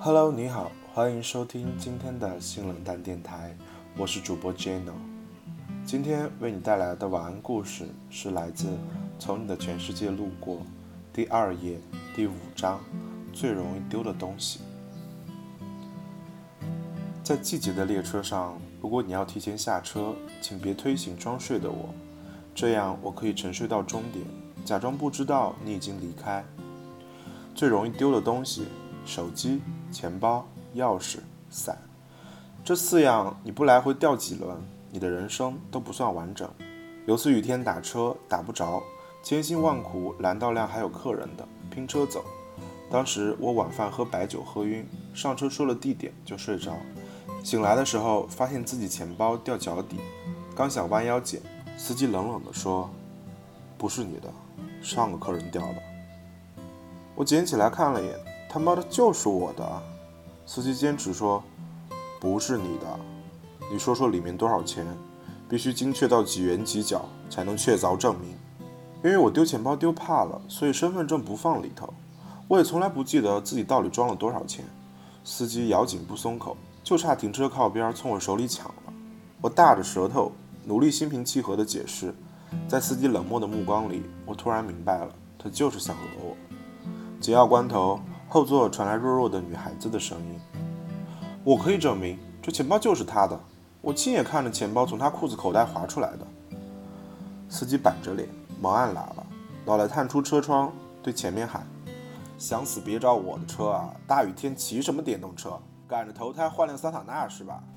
Hello， 你好，欢迎收听今天的性冷淡电台，我是主播 Jano。今天为你带来的晚安故事是来自《从你的全世界路过》第2页第5章，最容易丢的东西。在季节的列车上，如果你要提前下车，请别推醒装睡的我，这样我可以沉睡到终点，假装不知道你已经离开。最容易丢的东西，手机、钱包、钥匙、伞，这4样你不来回掉几轮，你的人生都不算完整。有次雨天打车打不着，千辛万苦拦到辆还有客人的，拼车走。当时我晚饭喝白酒喝晕，上车说了地点就睡着。醒来的时候发现自己钱包掉脚底，刚想弯腰捡，司机冷冷地说：“不是你的，上个客人掉了。”我捡起来看了眼，他妈的就是我的。司机坚持说：“不是你的，你说说里面多少钱，必须精确到几元几角才能确凿证明。”因为我丢钱包丢怕了，所以身份证不放里头。我也从来不记得自己到底装了多少钱。司机咬紧不松口，就差停车靠边从我手里抢了。我大着舌头，努力心平气和地解释。在司机冷漠的目光里，我突然明白了，他就是想讹我。紧要关头，后座传来弱弱的女孩子的声音：“我可以证明，这钱包就是他的，我亲眼看着钱包从他裤子口袋滑出来的。”司机板着脸，猛按喇叭，脑袋探出车窗，对前面喊：“想死别找我的车啊！大雨天骑什么电动车？赶着投胎换辆桑塔纳是吧？”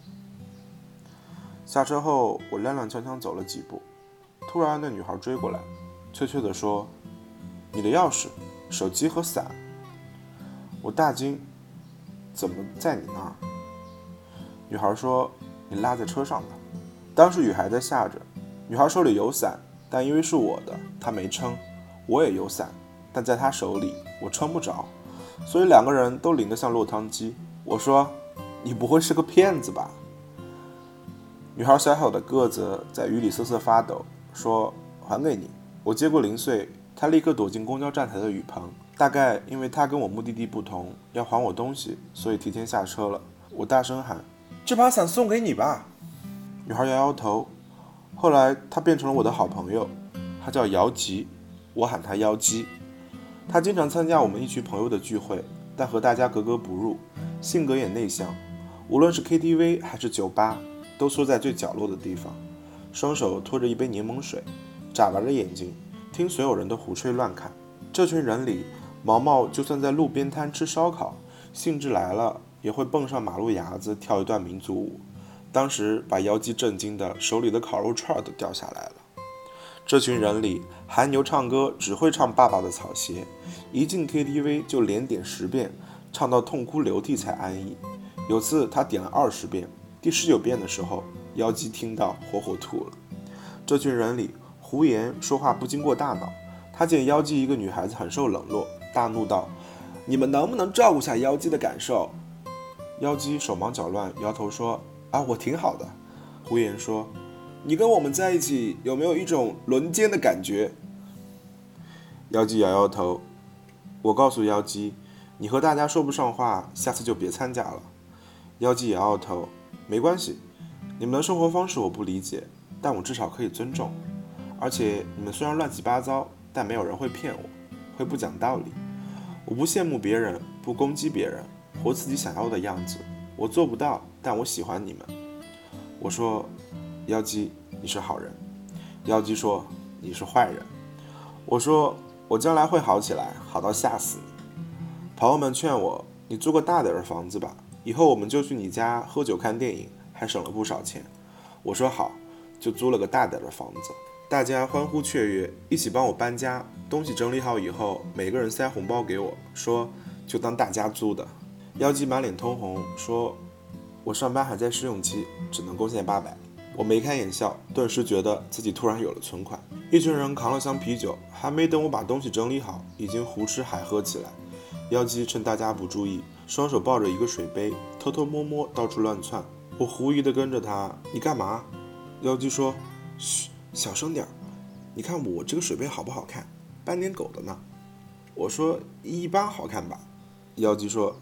下车后，我踉踉跄跄走了几步，突然那女孩追过来，怯怯地说：“你的钥匙、手机和伞。”我大惊：“怎么在你那儿？”女孩说：“你落在车上的。”当时雨还在下着，女孩手里有伞，但因为是我的，她没撑。我也有伞，但在她手里，我撑不着，所以2个人都淋得像落汤鸡。我说：“你不会是个骗子吧？”女孩小小的个子在雨里瑟瑟发抖，说：“还给你。”我接过零碎，她立刻躲进公交站台的雨棚。大概因为她跟我目的地不同，要还我东西，所以提前下车了。我大声喊：“这把伞送给你吧！”女孩摇摇头。后来她变成了我的好朋友，她叫姚吉，我喊她妖姬。她经常参加我们一群朋友的聚会，但和大家格格不入，性格也内向。无论是 KTV 还是酒吧，都缩在最角落的地方，双手托着一杯柠檬水，眨巴着眼睛，听所有人都胡吹乱侃。这群人里，毛毛就算在路边摊吃烧烤，兴致来了也会蹦上马路牙子跳一段民族舞。当时把妖姬震惊的手里的烤肉串都掉下来了。这群人里，韩牛唱歌只会唱爸爸的草鞋，一进 KTV 就连点10遍，唱到痛哭流涕才安逸。有次他点了20遍，第19遍的时候，妖姬听到活活吐了。这群人里，胡言说话不经过大脑，他见妖姬一个女孩子很受冷落，大怒道：“你们能不能照顾下妖姬的感受？”妖姬手忙脚乱，摇头说：“啊，我挺好的。”胡言说：“你跟我们在一起，有没有一种轮奸的感觉？”妖姬摇摇头。我告诉妖姬：“你和大家说不上话，下次就别参加了。”妖姬摇摇头：“没关系，你们的生活方式我不理解，但我至少可以尊重。而且你们虽然乱七八糟，但没有人会骗我，会不讲道理。我不羡慕别人，不攻击别人，活自己想要的样子。我做不到，但我喜欢你们。”我说：“妖姬，你是好人。”妖姬说：“你是坏人。”我说：“我将来会好起来，好到吓死你。”朋友们劝我：“你租个大点的房子吧，以后我们就去你家喝酒看电影，还省了不少钱。”我说好，就租了个大点的房子。大家欢呼雀跃，一起帮我搬家。东西整理好以后，每个人塞红包给我，说就当大家租的。妖姬满脸通红，说：“我上班还在试用期，只能贡献800。”我眉开眼笑，顿时觉得自己突然有了存款。一群人扛了箱啤酒，还没等我把东西整理好，已经胡吃海喝起来。妖姬趁大家不注意，双手抱着一个水杯，偷偷摸摸到处乱窜。我狐疑地跟着他：“你干嘛？”妖姬说：“嘘，小声点，你看我这个水杯好不好看？斑点狗的呢。”我说：“一般好看吧。”妖姬说：“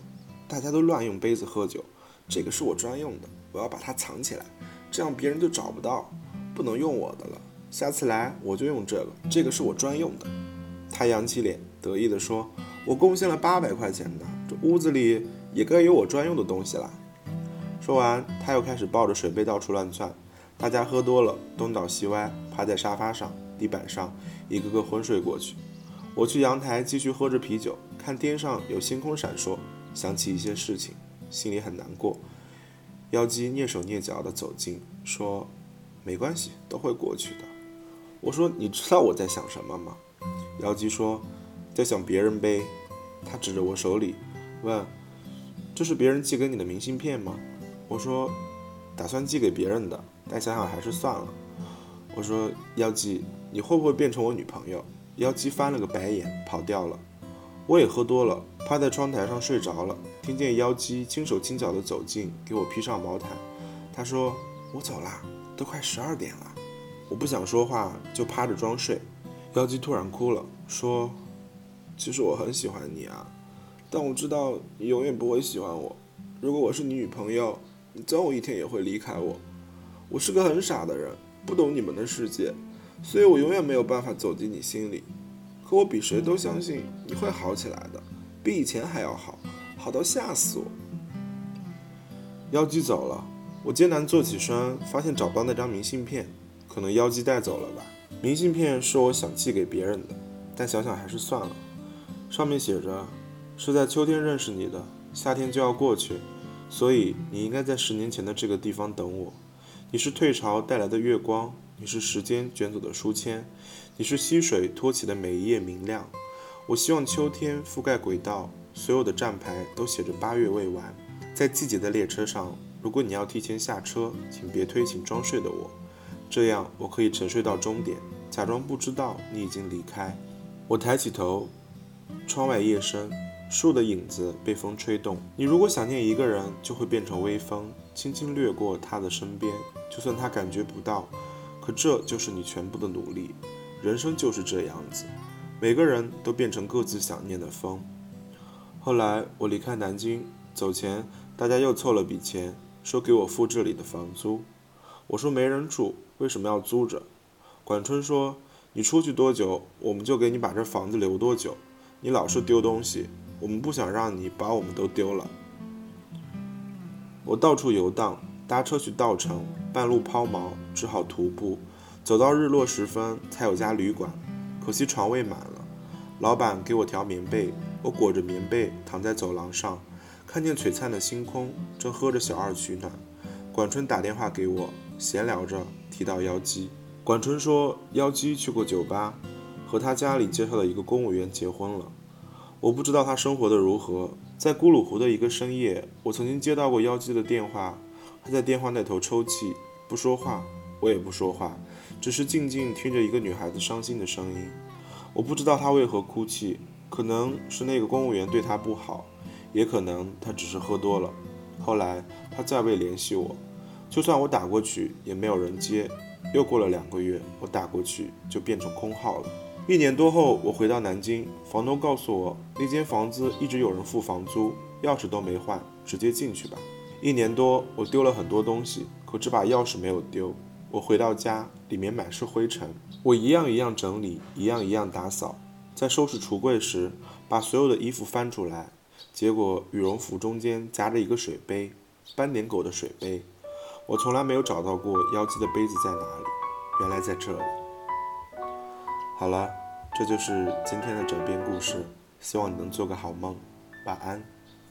大家都乱用杯子喝酒，这个是我专用的，我要把它藏起来，这样别人就找不到，不能用我的了。下次来我就用这个，这个是我专用的。他扬起脸，得意地说：“我贡献了800块钱呢，这屋子里也该有我专用的东西啦。”说完，他又开始抱着水杯到处乱窜。大家喝多了，东倒西歪，趴在沙发上、地板上，一个个昏睡过去。我去阳台继续喝着啤酒，看天上有星空闪烁，想起一些事情，心里很难过。妖姬蹑手蹑脚地走近，说：“没关系，都会过去的。”我说：“你知道我在想什么吗？”妖姬说：“在想别人呗。”他指着我手里，问：“这是别人寄给你的明信片吗？”我说：“打算寄给别人的，但想想还是算了。”我说：“妖姬，你会不会变成我女朋友？”妖姬翻了个白眼，跑掉了。我也喝多了，趴在窗台上睡着了，听见妖姬轻手轻脚地走近，给我披上毛毯。她说：“我走啦，都快12点了。”我不想说话，就趴着装睡。妖姬突然哭了，说：“其实我很喜欢你啊，但我知道你永远不会喜欢我。如果我是你女朋友，你总有一天也会离开我。我是个很傻的人，不懂你们的世界，所以我永远没有办法走进你心里。可我比谁都相信你会好起来的，比以前还要好，好到吓死我。”妖姬走了，我艰难坐起身，发现找不到那张明信片，可能妖姬带走了吧。明信片是我想寄给别人的，但想想还是算了。上面写着：“是在秋天认识你的，夏天就要过去，所以你应该在10年前的这个地方等我。你是退潮带来的月光，你是时间卷走的书签，你是溪水托起的每一页明亮。我希望秋天覆盖轨道，所有的站牌都写着8月未完。在季节的列车上，如果你要提前下车，请别推醒装睡的我，这样我可以沉睡到终点，假装不知道你已经离开。”我抬起头，窗外夜深，树的影子被风吹动。你如果想念一个人，就会变成微风，轻轻掠过他的身边，就算他感觉不到，可这就是你全部的努力。人生就是这样子，每个人都变成各自想念的风。后来我离开南京，走前大家又凑了笔钱，说给我付这里的房租。我说没人住，为什么要租着？管春说：“你出去多久，我们就给你把这房子留多久。你老是丢东西，我们不想让你把我们都丢了。”我到处游荡，搭车去稻城，半路抛锚，只好徒步，走到日落时分才有家旅馆，可惜床位满了。老板给我条棉被，我裹着棉被躺在走廊上，看见璀璨的星空，正喝着小二取暖。管春打电话给我，闲聊着提到妖姬。管春说妖姬去过酒吧，和他家里介绍的一个公务员结婚了。我不知道他生活的如何，在咕噜湖的一个深夜，我曾经接到过妖姬的电话，他在电话那头抽泣，不说话，我也不说话，只是静静听着一个女孩子伤心的声音。我不知道她为何哭泣，可能是那个公务员对她不好，也可能她只是喝多了。后来她再未联系我，就算我打过去也没有人接。又过了2个月，我打过去就变成空号了。1年多后，我回到南京，房东告诉我，那间房子一直有人付房租，钥匙都没换，直接进去吧。1年多，我丢了很多东西，可这把钥匙没有丢。我回到家，里面满是灰尘，我一样一样整理，一样一样打扫。在收拾橱柜时，把所有的衣服翻出来，结果羽绒服中间夹着一个水杯，斑点狗的水杯。我从来没有找到过妖姬的杯子在哪里，原来在这里。好了，这就是今天的枕边故事，希望你能做个好梦，晚安。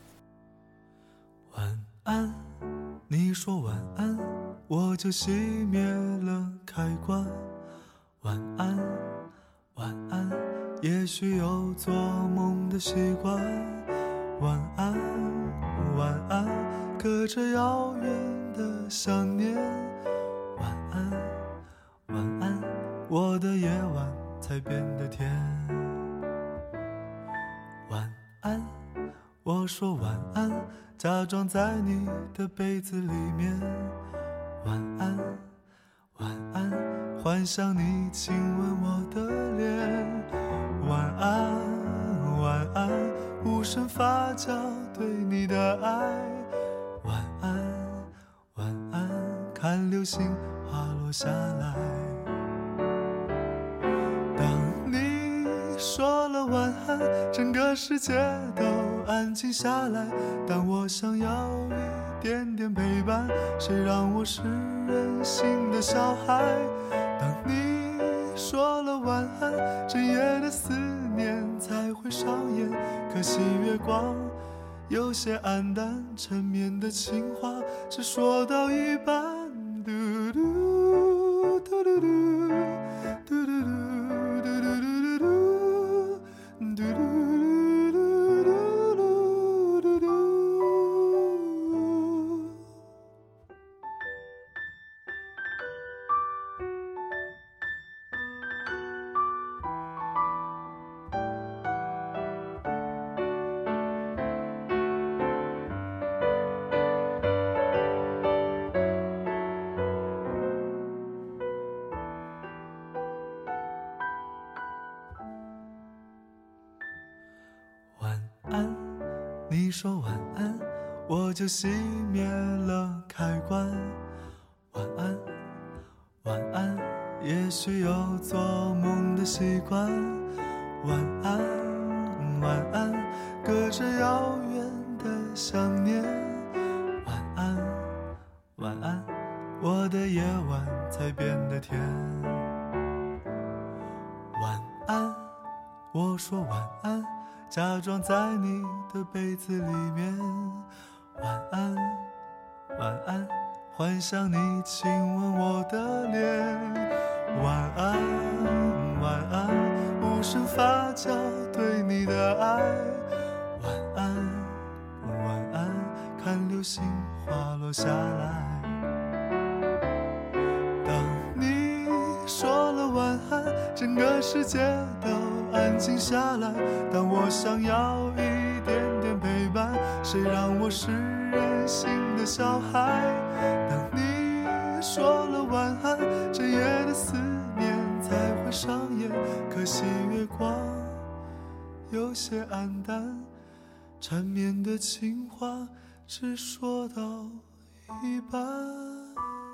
晚安，你说晚安，我就熄灭了开关。晚安，晚安，也许有做梦的习惯。晚安，晚安，隔着遥远的想念。晚安，晚安，我的夜晚才变得甜。晚安，我说晚安，假装在你的被子里面。晚安，晚安，幻想你亲吻我的脸。晚安，晚安， 无声发酵对你的爱。晚安，晚安，看流星滑落下来。当你说了晚安，整个世界都安静下来。但我想要一点点陪伴，谁让我是任性的小孩。当你说了晚安，整夜的思念才会上演。可惜月光有些黯淡，缠绵的情话只说到一半。嘟嘟嘟嘟嘟嘟嘟嘟嘟嘟嘟嘟嘟嘟嘟嘟嘟。晚安，你说晚安，我就熄灭了开关。晚安，晚安，也许有做梦的习惯。晚安，晚安，隔着遥远的想念。晚安，晚安，我的夜晚才变得甜。晚安，我说晚安，假装在你的被子里面。晚安，晚安，幻想你亲吻我的脸。晚安，晚安，无声发酵对你的爱。晚安，晚安，看流星滑落下来。当你说了晚安，整个世界都安静下来。但我想要一点点陪伴，谁让我是任性的小孩。当你说了晚安，整夜的思念才会上演。可惜月光有些黯淡，缠绵的情话只说到一半。